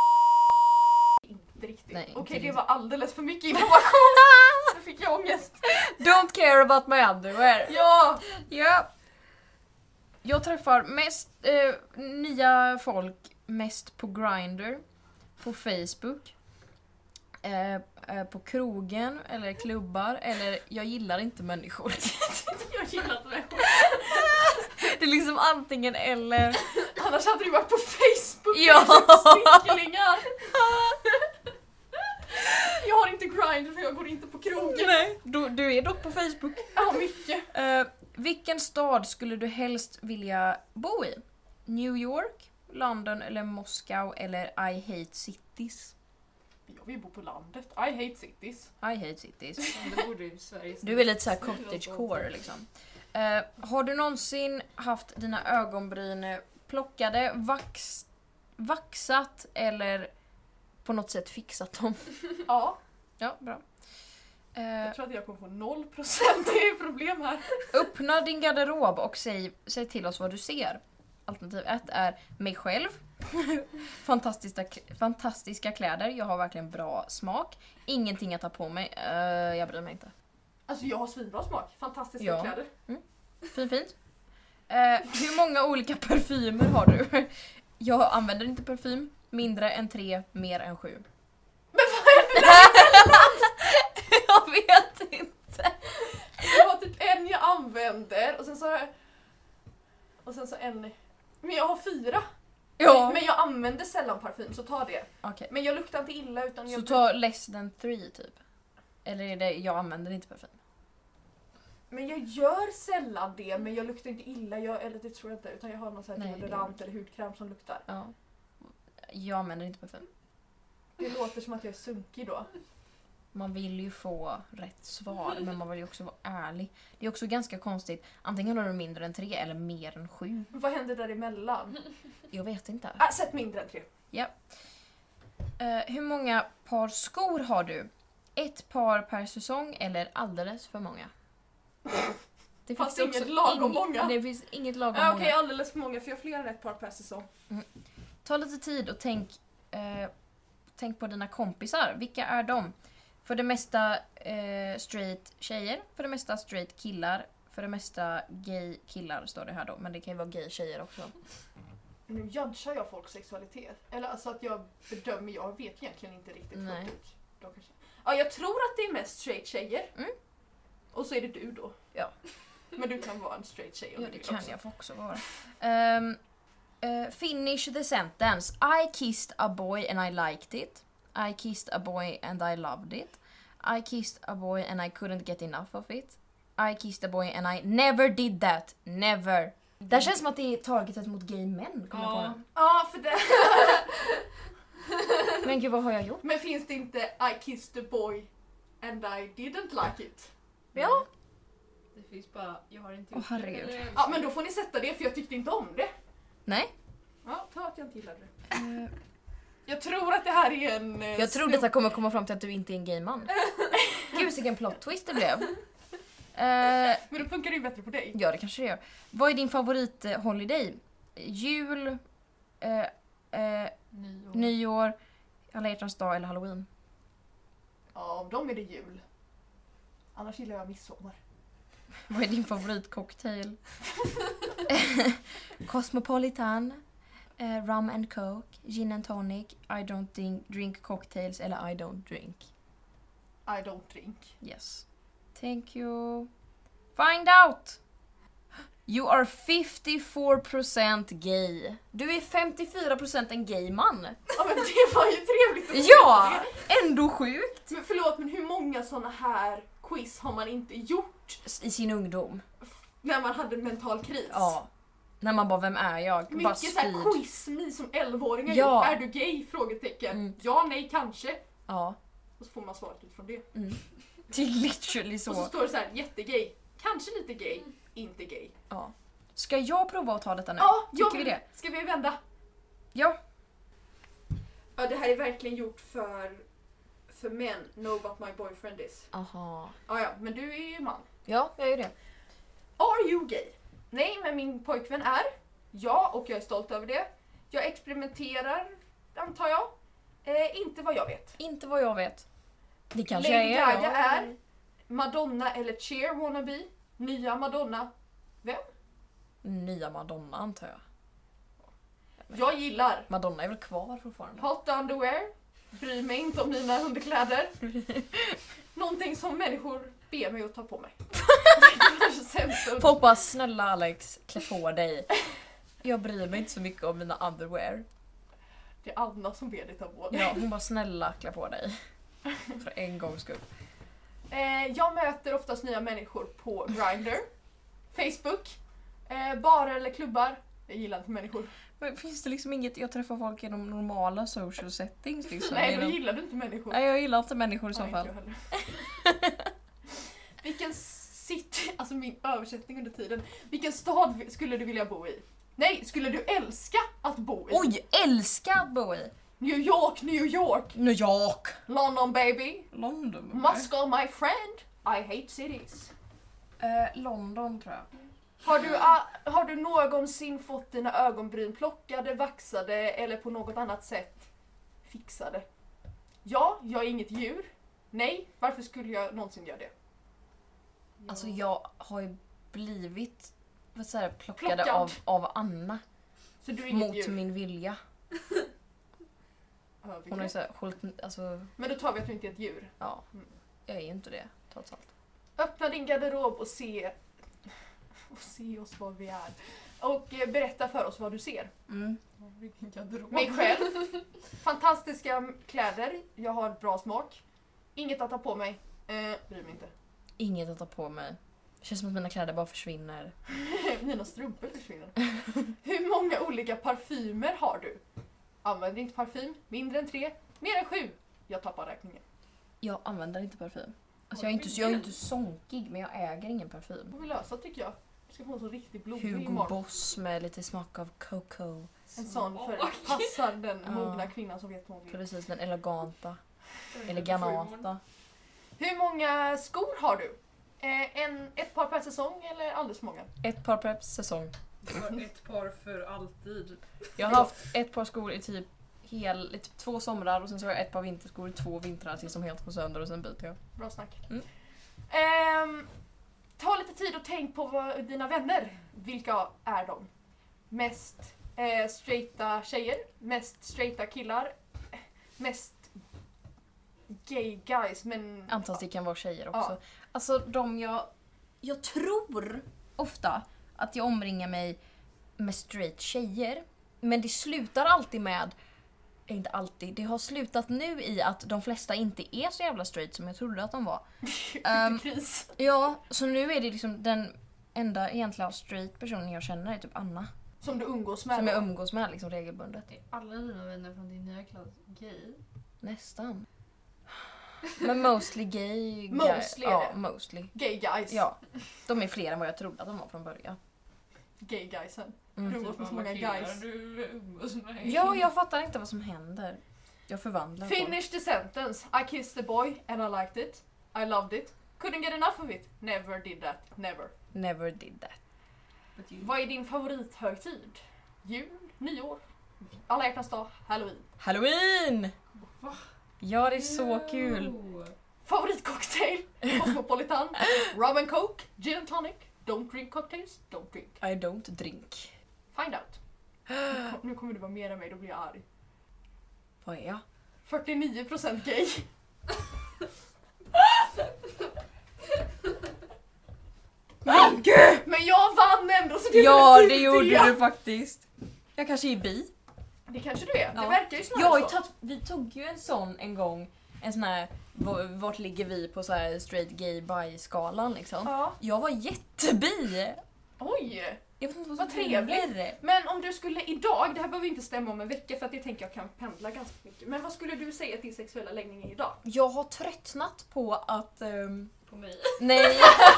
A: inte riktigt.
B: Nej, inte
A: Okej, det
B: riktigt.
A: var alldeles för mycket information. Nu fick jag ångest.
B: Don't care about my underwear.
A: Ja!
B: Ja. Jag träffar mest eh, nya folk mest på Grindr, på Facebook, eh, eh, på krogen eller klubbar, eller jag gillar inte människor.
A: Jag gillar inte det.
B: Det är liksom antingen eller.
A: Annars hade du varit på Facebook.
B: Ja.
A: Snicklingar. Jag har inte Grindr för jag går inte på krogen.
B: Nej, du, du är dock på Facebook.
A: Ja, mycket.
B: Eh, vilken stad skulle du helst vilja bo i? New York, London eller Moskau eller I hate cities?
A: Jag vill bo på landet. I hate cities.
B: I hate cities.
D: Det borde ju Sverige.
B: Du är lite såhär cottagecore liksom. Eh, har du någonsin haft dina ögonbryn plockade, vax, vaxat eller på något sätt fixat dem?
A: Ja,
B: Ja, bra. Eh,
A: jag tror att jag kommer få noll procent. Det är problem här.
B: öppna din garderob och säg, säg till oss vad du ser. Alternativ ett är mig själv. Fantastiska, fantastiska kläder. Jag har verkligen bra smak. Ingenting att ta på mig. Eh, jag bryr mig inte.
A: Alltså jag har svinbra smak. Fantastiska
B: Ja.
A: kläder.
B: Fint, fint. Eh, hur många olika parfymer har du? Jag använder inte parfym. Mindre än tre, mer än sju.
A: Men vad är det?
B: Jag vet inte.
A: Jag har typ en jag använder och sen så har jag... Och sen så en... Men jag har fyra.
B: Ja.
A: Men jag använder sällan parfym, så ta det.
B: Okej.
A: Men jag luktar inte illa utan
B: Så
A: jag...
B: ta less than three typ. Eller är det jag använder inte parfym?
A: Men jag gör sällan det, men jag luktar inte illa. Jag, eller det tror jag inte, utan jag har någon sån här
B: Nej, det gör
A: deodorant
B: du
A: eller hudkräm som luktar.
B: Ja. Jag använder inte parfym.
A: Det låter som att jag är sunkig då.
B: Man vill ju få rätt svar, men man vill ju också vara ärlig. Det är också ganska konstigt. Antingen har du mindre än tre eller mer än sju.
A: Vad händer däremellan?
B: Jag vet inte.
A: Ah, sätt mindre än tre.
B: Ja. Eh, hur många par skor har du? Ett par per säsong eller alldeles för många? Det
A: Fanns
B: finns
A: inget lagom
B: ing-
A: många?
B: Det finns inget lagom
A: Ah, Okej,
B: många.
A: alldeles för många för jag har fler än ett par per säsong.
B: Ta lite tid och tänk, eh, tänk på dina kompisar. Vilka är de? För det mesta eh, straight tjejer, för det mesta straight killar, för det mesta gay killar står det här då. Men det kan ju vara gay tjejer också.
A: nu judgar jag folks sexualitet. Eller alltså att jag bedömer, jag vet egentligen inte riktigt.
B: Nej.
A: fullt ut. De kanske... Ja, jag tror att det är mest straight tjejer.
B: Mm.
A: Och så är det du då.
B: Ja.
A: Men du kan vara en straight tjej om
B: Ja,
A: du
B: det
A: vill
B: kan
A: också.
B: jag få också vara. Um, uh, finish the sentence. I kissed a boy and I liked it. I kissed a boy and I loved it. I kissed a boy and I couldn't get enough of it. I kissed a boy and I never did that. Never. Det känns som att det är targetat mot gay män. Kommer jag
D: Ja.
B: på.
A: Ja, för det...
B: Men gud, vad har jag gjort?
A: Men finns det inte I kissed a boy and I didn't like it?
B: Ja.
D: Det finns bara, jag har inte
B: Åh,
D: gjort det,
B: herregud.
D: eller-
A: Ja, men då får ni sätta det för jag tyckte inte om det.
B: Nej.
A: Ja, ta att jag inte gillade det.
B: Uh,
A: Jag tror att det här är en... eh,
B: jag tror
A: snubb-
B: detta kommer komma fram till att du inte är en gay man. Gud, vilken plot twist det blev. Uh,
A: Men då funkar det ju bättre på dig.
B: Ja, det kanske det gör. Vad är din favorit eh, holiday? Jul, eh, eh,
D: Nyår.
B: nyår, alla hjärtans dag eller halloween?
A: Ja, av dem är det jul. Annars gillar jag midsommar.
B: Vad är din favoritcocktail? Cosmopolitan, eh, rum and coke, gin and tonic, I don't drink, drink cocktails eller I don't drink.
A: I don't drink.
B: Yes. Thank you. Find out! You are fifty-four percent gay. Du är femtiofyra procent en gay man.
A: Ja, men det var ju trevligt att
B: Ja! Ändå sjukt.
A: Men förlåt, men hur många såna här quiz har man inte gjort
B: I sin ungdom.
A: när man hade en mental kris?
B: Ja. När man bara, vem är jag? Bara
A: Mycket så här
B: speed.
A: quiz ni som elvaåringar
B: Ja.
A: gjort. Är du gay? Frågetecken.
B: Mm.
A: Ja, nej, kanske.
B: Ja.
A: Och så får man svaret utifrån det.
B: Mm. Det är literally
A: Och så
B: så.
A: står det så här, jättegay. Kanske lite gay, inte gay.
B: Ja. Ska jag prova att ta detta nu?
A: Ja, jag
B: Tycker
A: vill,
B: vi det?
A: Ska vi vända?
B: Ja.
A: Ja, det här är verkligen gjort för, för män. Know what my boyfriend is.
B: Aha.
A: Ja, ja, men du är ju man.
B: Ja, jag gör det.
A: Are you gay? Nej, men min pojkvän är. Ja, och jag är stolt över det. Jag experimenterar, antar jag. Eh, inte vad jag vet.
B: Inte vad jag vet. Det kanske
A: Lady
B: jag är.
A: Gaga
B: ja.
A: är Madonna eller Cher wannabe. Nya Madonna. Vem?
B: Nya Madonna antar jag.
A: Jag gillar
B: Madonna är väl kvar fortfarande?
A: hot underwear. Bryr mig inte om mina underkläder. Någonting som människor ber mig att ta på mig. Det är det sämsta.
B: Folk bara, snälla Alex, klä på dig. Jag bryr mig inte så mycket om mina underwear.
A: Det är Anna som ber dig ta på dig.
B: Ja, hon bara, snälla klä på dig. För en gångs skull.
A: Eh, jag möter oftast nya människor på Grindr, Facebook, eh, barer eller klubbar. Jag gillar inte människor.
B: Men finns det liksom inget, jag träffar folk i de normala social settings liksom.
A: Nej, då
B: Genom-
A: gillar du inte människor.
B: Nej, jag gillar inte människor i så
A: Nej,
B: fall.
A: inte jag heller. Vilken city, alltså min översättning under tiden. Vilken stad vi- skulle du vilja bo i? Nej, skulle du älska att bo i?
B: Oj, älskar att bo i!
A: New York, New York,
B: New York!
A: London baby,
B: London.
A: Moscow my friend. I hate cities.
B: Eh, London tror jag.
A: Har du, ah, har du någonsin fått dina ögonbryn plockade, vaxade eller på något annat sätt fixade? Ja, jag är inget djur. Nej, varför skulle jag någonsin göra det?
B: Alltså jag har ju blivit vad säger, jag, plockade
A: Plockad.
B: av, av Anna.
A: Så du är inget
B: Mot
A: djur?
B: min vilja.
A: Övergrepp.
B: Hon har ju så här, hållit, alltså,
A: Men då tar vi att du inte är ett djur.
B: ja.
A: Mm.
B: Jag är ju inte det, trots allt.
A: Öppna din garderob och se, och se oss vad vi är. Och eh, berätta för oss vad du ser.
B: Mm.
D: Vilken garderob.
A: Mig själv. Fantastiska kläder. Jag har bra smak. Inget att ta på mig. Eh, bryr mig inte.
B: Inget att ta på mig. Det känns som att mina kläder bara försvinner.
A: Mina strumpor försvinner. Hur många olika parfymer har du? Använder inte parfym. Mindre än tre. Mer än sju. Jag tappar räkningen.
B: Jag använder inte parfym. Alltså jag är inte, jag är inte sonkig, men jag äger ingen parfym.
A: Får vi lösa tycker jag. Vi ska få en sån riktig blommig
B: Hugo
A: imorgon.
B: Boss med lite smak av cocoa.
A: En sån för
D: Smak.
A: passar den
B: Ja.
A: mogna kvinnan som vet vad hon vill.
B: Precis, den eleganta. Eleganata.
A: Hur många skor har du? Eh, en, ett par per säsong eller alldeles för många?
B: Ett par per säsong.
D: Det var ett par för alltid.
B: Jag har haft ett par skor i typ, hel, typ två somrar och sen så har jag ett par vinterskor i två vintrar tills de helt går sönder och sen byter jag.
A: Bra snack.
B: Mm.
A: Ehm, ta lite tid och tänk på vad, dina vänner. Vilka är de? Mest eh, straighta tjejer, mest straighta killar, mest gay guys, men...
B: Antas det kan vara tjejer också.
A: Ja.
B: Alltså de jag... Jag tror ofta att jag omringar mig med straight tjejer. Men det slutar alltid med... Inte alltid. Det har slutat nu i att de flesta inte är så jävla straight som jag trodde att de var. Um,
A: Kris.
B: ja, så nu är det liksom den enda egentliga straight personen jag känner är typ Anna.
A: Som du umgås med.
B: Som jag umgås med liksom regelbundet.
D: Är alla dina vänner från din nya klass gay?
B: Nästan. Men mostly gay.
A: Mostly är
B: ja,
A: det.
B: mostly.
A: Gay guys.
B: Ja, de är fler än vad jag trodde att de var från början.
A: Gay guysen.
B: Mm.
A: Du umgås med så många guys.
D: Du umgås med.
B: Ja, jag fattar inte vad som händer. Jag förvandlar folk.
A: Finish the sentence. I kissed the boy and I liked it. I loved it. Couldn't get enough of it. Never did that. Never.
B: Never did that.
D: But you-
A: Vad är din favorithögtid? Jul, nyår, alla hjärtans dag, halloween.
B: Halloween!
D: Va?
B: Ja, det är så kul.
D: Jo.
A: Favoritcocktail? Cosmopolitan. Rum and coke. Gin and tonic. Don't drink cocktails. Don't drink.
B: I don't drink.
A: Find out. Nu kom- Nu kommer du vara mer än mig, då blir jag arg.
B: Vad är jag?
A: fyrtionio procent gay.
B: Men gud!
A: Men jag vann ändå så det är
B: Ja,
A: väl
B: det
A: typ
B: gjorde du faktiskt. Jag kanske är bi.
A: Det kanske du är. Det
B: Ja.
A: verkar ju
B: Jag
A: snarare
B: har ju
A: så.
B: tagit, vi tog ju en sån en gång. En sån här, v- vart ligger vi på så här straight gay bi skalan liksom.
A: Ja.
B: Jag var jättebi.
A: Oj.
B: Jag vet inte vad
A: Vad
B: som
A: trevligt.
B: händer.
A: Men om du skulle idag, det här behöver inte stämma om en vecka för att det tänker jag kan pendla ganska mycket. Men vad skulle du säga till sexuella läggning idag?
B: Jag har tröttnat på att... ehm,
D: På mig.
B: nej.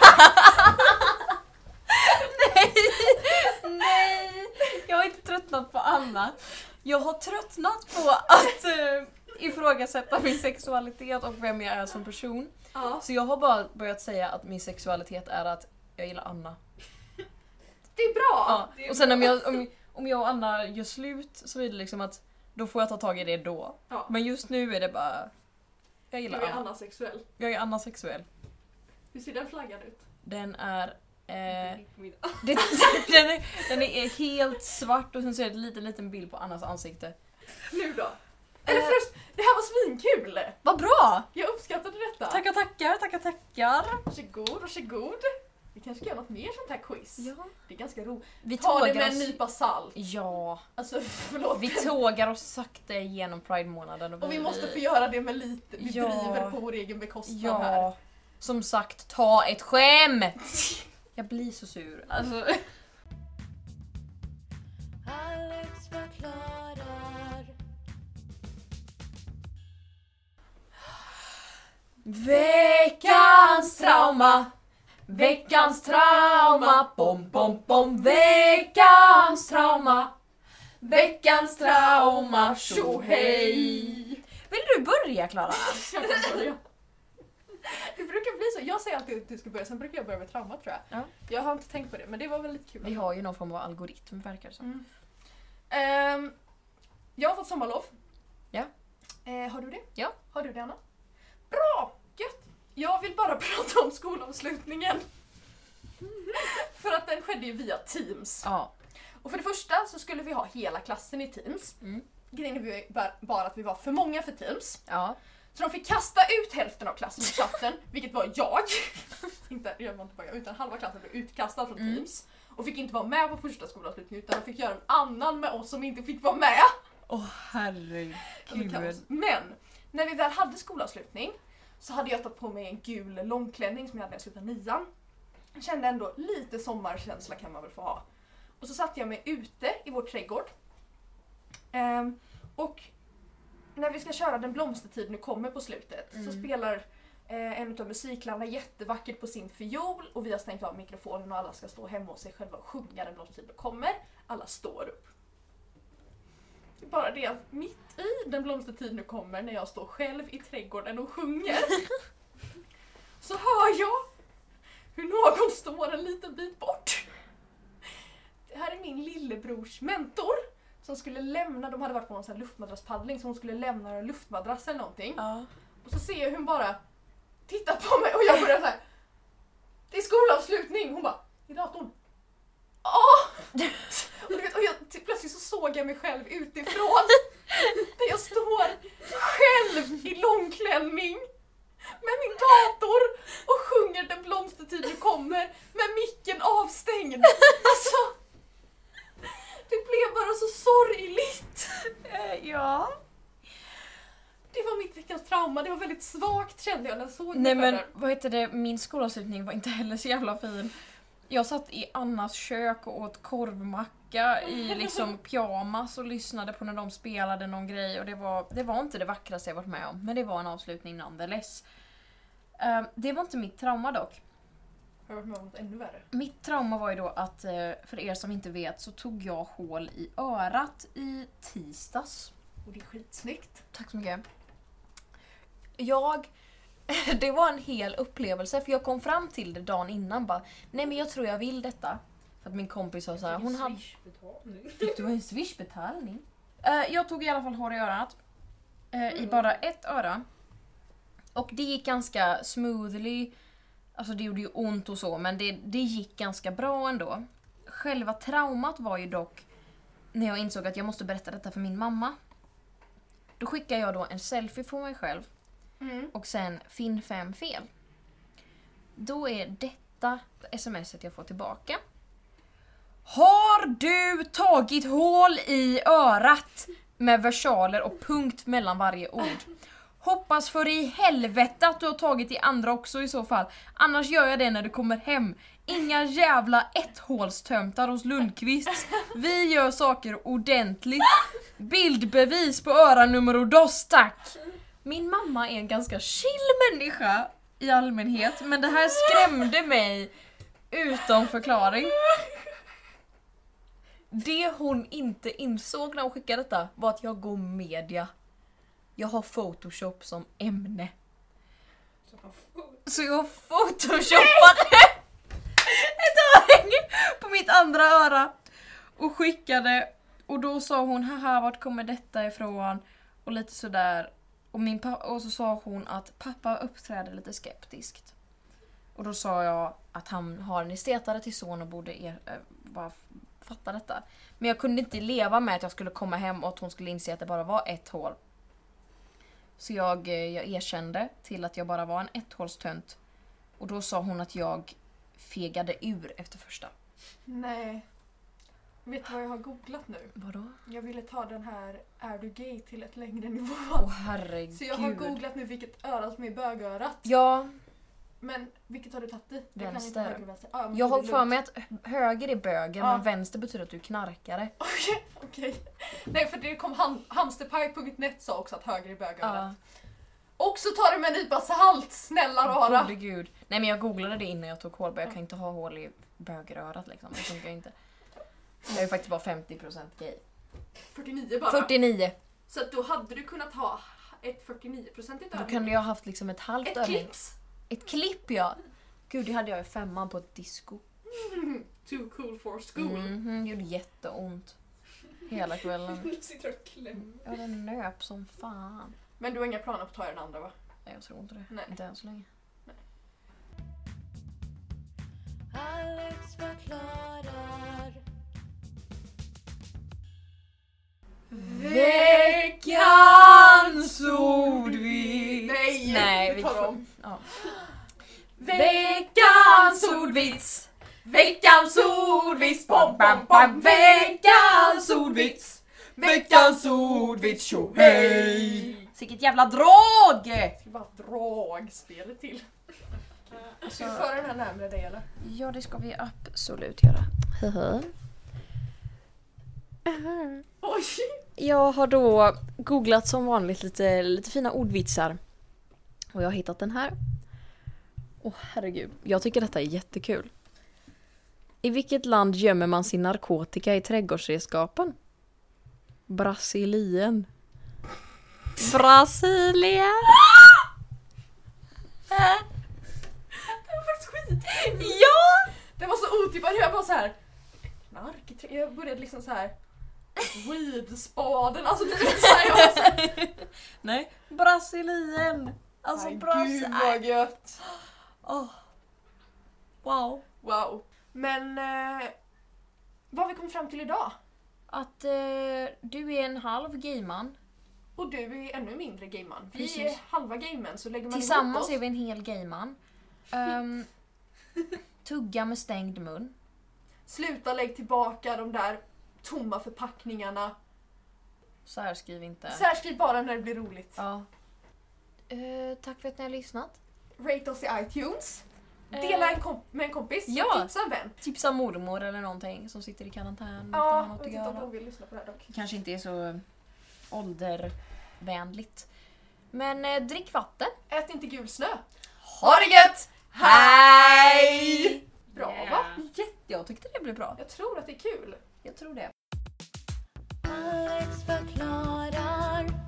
B: nej. Nej. Jag har inte tröttnat på Anna. Jag har tröttnat på att uh, ifrågasätta min sexualitet och vem jag är som person.
A: Ja.
B: Så jag har bara börjat säga att min sexualitet är att jag gillar Anna.
A: Det är bra!
B: Ja.
D: det är
B: Och sen om jag, om, om jag och Anna gör slut så är det liksom att då får jag ta tag i det då.
A: Ja.
B: Men just nu är det bara... Jag
A: Du
B: gillar
A: är
B: Anna.
A: Anna sexuell.
B: Jag är Anna sexuell.
A: Hur ser den flaggan ut?
B: Den är... Eh,
D: Min-
B: det, den, är den är helt svart och sen så är det en liten, liten bild på Annas ansikte.
A: Nu då? Eller
B: Eh.
A: först, det här var svinkul!
B: Vad bra!
A: Jag uppskattade detta.
B: Tackar, tackar, tackar, tackar.
A: Varsågod, varsågod. Vi kanske ska göra något mer sånt här quiz.
B: Ja.
A: Det är ganska roligt.
B: Vi
A: Ta det
B: tågar
A: med en
B: oss...
A: nypa salt.
B: Ja.
A: Alltså förlåt.
B: Vi tågar oss sakta genom Pride-månaden.
A: Och vi måste få göra det med lite, vi
B: Ja.
A: driver på vår egen bekostnad här.
B: Ja. Som sagt, ta ett skämt! Jag blir så sur. Alltså...
C: Alex förklarar.
B: Veckans trauma, veckans trauma, bom bom bom, veckans trauma, veckans trauma, tjo hej. Vill du börja, Klara?
A: Jag kan börja. Det brukar bli så. Jag säger alltid att du ska börja, sen brukar jag börja med trauma tror jag.
B: Ja.
A: Jag har inte tänkt på det, men det var väldigt kul.
B: Vi har ju någon form av algoritm, verkar det som.
A: Mm. Ehm, jag har fått sommarlov.
B: Ja.
A: Eh, har du det?
B: Ja.
A: Har du det, Anna? Bra! Gött! Jag vill bara prata om skolavslutningen. För att den skedde ju via Teams.
B: Ja.
A: Och för det första så skulle vi ha hela klassen i Teams.
B: Mm.
A: Grejen är ju bara- bara att vi var för många för Teams.
B: Ja.
A: Så de fick kasta ut hälften av klassen i chatten, vilket var jag. Inte, jag var inte bara jag, utan halva klassen blev utkastad från
B: Mm.
A: Teams. Och fick inte vara med på första skolavslutningen, utan de fick göra en annan med oss som inte fick vara med.
B: Åh oh, herregud.
A: Alltså, kaos. Men när vi väl hade skolavslutning så hade jag tagit på mig en gul långklänning som jag hade när jag slutade nian. Jag kände ändå lite sommarkänsla kan man väl få ha. Och så satte jag mig ute i vår trädgård. Ehm, och när vi ska köra Den blomstertid nu kommer på slutet
B: Mm.
A: så spelar eh, en av musiklärarna jättevackert på sin fiol och vi har stängt av mikrofonen och alla ska stå hemma hos sig själva och sjunga Den blomstertid nu kommer. Alla står upp. Det är bara det att mitt i Den blomstertid nu kommer, när jag står själv i trädgården och sjunger, så hör jag hur någon står en liten bit bort. Det här är min lillebrors mentor som skulle lämna, de hade varit på någon sån här luftmadrasspaddling, så hon skulle lämna en luftmadrass eller någonting.
B: Ja.
A: Och så ser jag hur hon bara tittar på mig och jag börjar så här. Det är skolavslutning! Hon bara, i datorn. Åh! Och, du vet, och jag, till- plötsligt så såg jag mig själv utifrån. Där jag står själv i långklänning med min dator och sjunger Den blomstertid nu kommer med micken avstängd. Alltså, det blev bara så sorgligt.
B: Ja.
A: Det var mitt veckans trauma. Det var väldigt svagt kände jag när jag såg
B: Nej
A: det
B: men
A: där.
B: vad heter det, min skolavslutning var inte heller så jävla fin. Jag satt i Annas kök och åt korvmacka i liksom pyjamas och lyssnade på när de spelade någon grej och det var, det var inte det vackraste jag varit med om, men det var en avslutning nonetheless. Uh, det var inte mitt trauma dock.
A: Jag har varit med om något ännu värre.
B: Mitt trauma var ju då att, uh, för er som inte vet, så tog jag hål i örat i tisdags.
A: Och det är skitsnyggt.
B: Tack så mycket. Jag... Det var en hel upplevelse för jag kom fram till det dagen innan bara, nej men jag tror jag vill detta. För att min kompis sa så här, hon hade... Fick du en swishbetalning? Uh, jag tog i alla fall hår i örat. Uh, mm. I bara ett öra. Och det gick ganska smoothly. Alltså det gjorde ju ont och så, men det, det gick ganska bra ändå. Själva traumat var ju dock när jag insåg att jag måste berätta detta för min mamma. Då skickade jag då en selfie på mig själv. Mm. Och sen finn fem fel. Då är detta smset jag får tillbaka. Har du tagit hål i örat? Med versaler och punkt mellan varje ord. Hoppas för i helvete att du har tagit i andra också i så fall. Annars gör jag det när du kommer hem. Inga jävla etthålstömtar hos Lundqvist. Vi gör saker ordentligt. Bildbevis på öranummer och dos, tack. Min mamma är en ganska chill människa i allmänhet, men det här skrämde mig utom förklaring. Det hon inte insåg när hon skickade detta var att jag går media. Jag har Photoshop som ämne. Så jag photoshoppade ett öring på mitt andra öra och skickade. Och då sa hon, haha, vart kommer detta ifrån? Och lite sådär. Och, min pappa, och så sa hon att pappa uppträder lite skeptiskt. Och då sa jag att han har en estetare till son och borde er, äh, bara fatta detta. Men jag kunde inte leva med att jag skulle komma hem och att hon skulle inse att det bara var ett hål. Så jag, jag erkände till att jag bara var en etthålstönt. Och då sa hon att jag fegade ur efter första.
A: Nej. Vet du vad jag har googlat nu?
B: Vadå?
A: Jag ville ta den här är du gay till ett längre nivå.
B: Åh herregud.
A: Så jag har googlat nu vilket öra som är bögörat.
B: Ja.
A: Men vilket har du tagit i?
B: Vänster.
A: Höger, vänster. Ah,
B: jag har för mig att höger är bögen,
A: ah.
B: men vänster betyder att du är knarkare.
A: Okej, okay, okej. Okay. Nej, för det kom ham- hamsterpaj punkt net sa också att höger är bögörat. Ah. Och så tar det med en nypa salt, snälla rara.
B: Gode gud. Nej, men jag googlade det innan jag tog hål, jag kan inte ha hål i bögrörat liksom. Det funkar inte. Jag är faktiskt bara femtio procent gay.
A: fyrtionio bara?
B: fyrtionio.
A: Så att då hade du kunnat ha ett fyrtionio procentigt
B: öring. Då kunde jag ha haft liksom ett halvt
A: ett
B: öring.
A: Clips.
B: Ett klipp, ja. Gud, det hade jag i femman på ett disco.
A: Mm, too cool for school.
B: Mm-hmm, det gjorde jätteont. Hela kvällen.
D: Du sitter och klämmer.
B: Ja, den nöp som fan.
A: Men du har inga planer på att ta den andra, va?
B: Nej, jag tror inte det.
A: Nej.
B: Inte än så länge.
A: Nej.
C: Alex förklarar.
B: Veckans ordvits.
A: Nej,
B: Nej,
A: vi tar
B: får...
A: dem.
B: Ja.
A: Veckans ordvits. Veckans ordvits. Bom, bom, bom. Veckans ordvits. Veckans ordvits. Tjo, hej.
B: Vilket jävla drag!
A: Ska vi bara dragspelet till? Ska vi föra den här närmare dig, eller?
B: Ja, det ska vi absolut göra.
A: Oj!
B: Jag har då googlat som vanligt lite, lite fina ordvitsar. Och jag har hittat den här. Åh, herregud. Jag tycker detta är jättekul. I vilket land gömmer man sin narkotika i trädgårdsredskapen? Brasilien. Brasilien!
A: Det var faktiskt skit.
B: Ja!
A: Det var så otippat. Jag bara så här. Knark. Jag började liksom så här. Weed-spaden. Alltså du vet så här. Jag var så här.
B: Nej, Brasilien. Alltså
A: Ay,
B: Brasilien.
A: gud vad gött.
B: Oh. Wow.
A: Wow. Men eh, vad har vi kommit fram till idag?
B: att eh, du är en halv gayman.
A: Och du är ännu mindre gayman. Vi
B: Precis.
A: är halva gaymen, så lägger man
B: Tillsammans
A: ihop
B: är
A: oss.
B: vi en hel gayman. Um, tugga med stängd mun.
A: Sluta lägg tillbaka de där tomma förpackningarna.
B: Så här skriv inte.
A: Särskilt bara när det blir roligt.
B: Ja. Eh, tack för att ni har lyssnat.
A: Rate oss i iTunes.
B: Eh,
A: Dela en komp- med en kompis.
B: ja.
A: Tipsa en vän.
B: Tipsa mormor eller någonting som sitter i karantän. utan
A: Ja,
B: har
A: jag
B: något
A: vet
B: att
A: inte om
B: göra.
A: hon vill lyssna på det här dock.
B: Kanske inte är så åldervänligt. Men eh, drick vatten.
A: Ät inte gul snö.
B: Ha det gött! Hej!
A: Bra
D: Yeah.
A: va?
B: Jätte, jag tyckte det blev bra.
A: Jag tror att det är kul.
B: Jag tror det.
C: Alex förklarar.